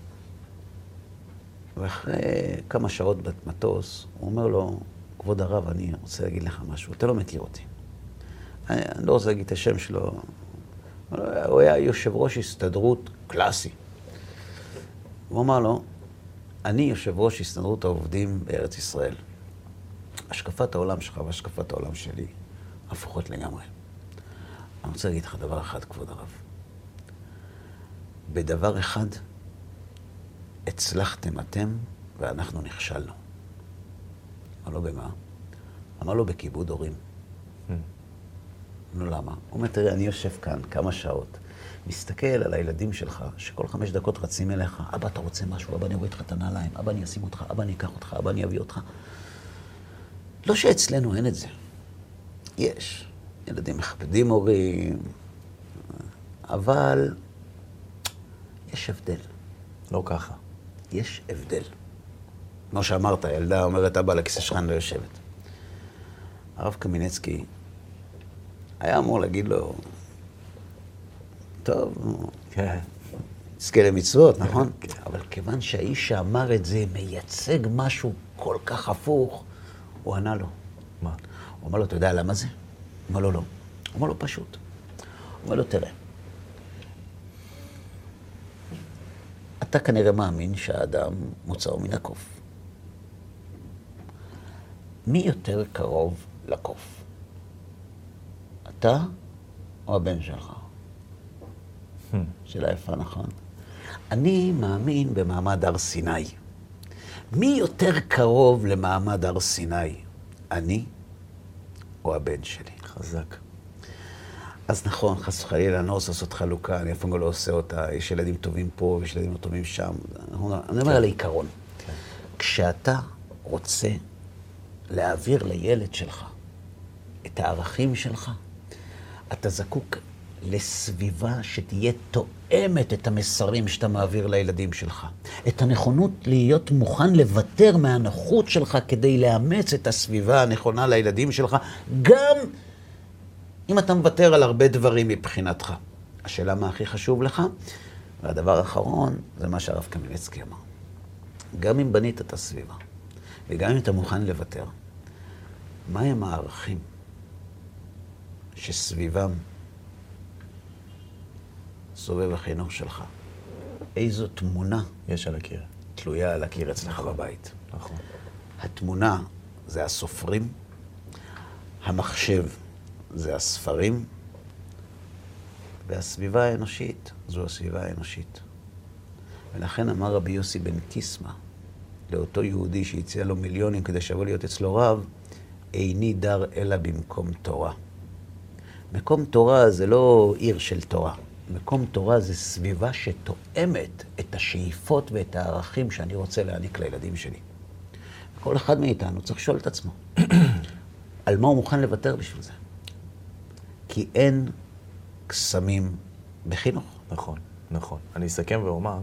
ואחרי כמה שעות במטוס, הוא אומר לו, כבוד הרב, אני רוצה להגיד לך משהו, אתה לא מכיר אותי. אני, אני לא רוצה להגיד את השם שלו. הוא היה יושב ראש הסתדרות קלאסי. הוא אמר לו, אני יושב ראש הסתדרות העובדים בארץ ישראל. השקפת העולם שלך והשקפת העולם שלי הפוכות לגמרי. אני רוצה להגיד לך דבר אחד, כבוד הרב. בדבר אחד הצלחתם אתם ואנחנו נכשלנו. אמר לו במה? אמר לו בכיבוד הורים. אמר לו למה? הוא אומר, תראה, אני יושב כאן כמה שעות, מסתכל על הילדים שלך, שכל חמש דקות רצים אליך, אבא, אתה רוצה משהו? אבא, אני רואה איתך את הנעליים, אבא, אני אשים אותך, אבא, אני אקח אותך, אבא, אני אביא אותך. לא שאצלנו אין את זה. יש. ילדים מכבדים הורים, אבל יש הבדל. לא ככה. יש הבדל. כמו שאמרת, הילדה אומרת, אבא, לכיסא שלך אני לא יושבת. הרב קמינצקי היה אמור להגיד לו, טוב, כן. נזכה למצוות, נכון? אבל כיוון שהאיש שאמר את זה מייצג משהו כל כך הפוך, הוא ענה לו. מה? הוא אמר לו, אתה יודע למה זה? הוא אמר לו, לא. הוא אמר לו, פשוט. הוא אמר לו, תראה, אתה כנראה מאמין שהאדם מוצאו מן הקוף. מי יותר קרוב לקוף? אתה או הבן שלך? שאלה יפה, נכון? אני מאמין במעמד הר סיני. מי יותר קרוב למעמד הר סיני? אני או הבן שלי? חזק. אז נכון, חס וחלילה, אני לא רוצה לעשות חלוקה, אני אף פעם לא עושה אותה, יש ילדים טובים פה, יש ילדים לא טובים שם. אני אומר על העיקרון. כשאתה רוצה להעביר לילד שלך את הערכים שלך, אתה זקוק לסביבה שתהיה תואמת את המסרים שאתה מעביר לילדים שלך. את הנכונות להיות מוכן לוותר מהנוחות שלך כדי לאמץ את הסביבה הנכונה לילדים שלך, גם אם אתה מוותר על הרבה דברים מבחינתך. השאלה מה הכי חשוב לך, והדבר האחרון זה מה שהרב קמינצקי אמר. גם אם בנית את הסביבה, וגם אם אתה מוכן לוותר, מהם הערכים שסביבם סובב החינוך שלך. איזו תמונה יש על הקיר. תלויה על הקיר אצלך בבית. נכון. התמונה זה הסופרים, המחשב זה הספרים, והסביבה האנושית זו הסביבה האנושית. ולכן אמר רבי יוסי בן קיסמא, לאותו יהודי שהציע לו מיליונים כדי שיבוא להיות אצלו רב, איני דר אלא במקום תורה. מקום תורה זה לא עיר של תורה. מקום תורה זה סביבה שתואמת את השאיפות ואת הערכים שאני רוצה להעניק לילדים שלי. כל אחד מאיתנו צריך לשאול את עצמו, על מה הוא מוכן לוותר בשביל זה? כי אין קסמים בחינוך. נכון, נכון. אני אסכם ואומר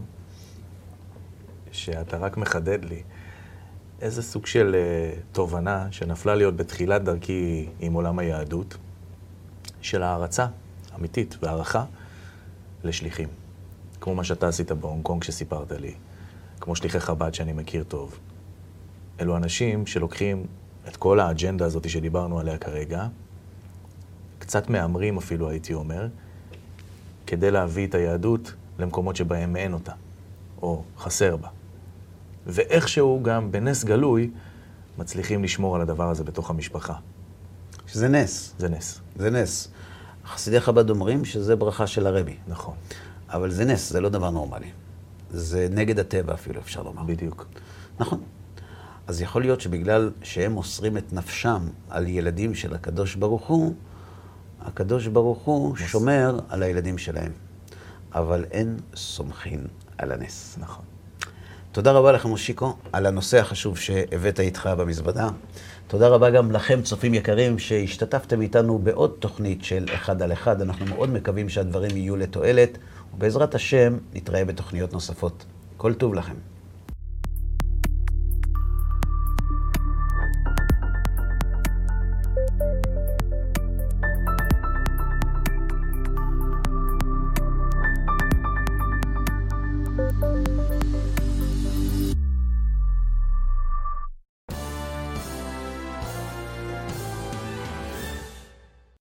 שאתה רק מחדד לי איזה סוג של uh, תובנה שנפלה לי עוד בתחילת דרכי עם עולם היהדות, של הערצה אמיתית והערכה לשליחים. כמו מה שאתה עשית בהונג קונג שסיפרת לי, כמו שליחי חב"ד שאני מכיר טוב. אלו אנשים שלוקחים את כל האג'נדה הזאת שדיברנו עליה כרגע, קצת מאמרים אפילו הייתי אומר, כדי להביא את היהדות למקומות שבהם אין אותה, או חסר בה. ואיכשהו גם בנס גלוי מצליחים לשמור על הדבר הזה בתוך המשפחה. שזה נס. זה נס. זה נס. חסידי חב"ד אומרים שזה ברכה של הרבי. נכון. אבל זה נס, זה לא דבר נורמלי. זה נגד הטבע אפילו, אפשר לומר. בדיוק. נכון. אז יכול להיות שבגלל שהם מוסרים את נפשם על ילדים של הקדוש ברוך הוא, הקדוש ברוך הוא נס. שומר על הילדים שלהם. אבל אין סומכין על הנס. נכון. תודה רבה לך מושיקו על הנושא החשוב שהבאת איתך במזוודה. תודה רבה גם לכם צופים יקרים שהשתתפתם איתנו בעוד תוכנית של אחד על אחד. אנחנו מאוד מקווים שהדברים יהיו לתועלת, ובעזרת השם נתראה בתוכניות נוספות. כל טוב לכם.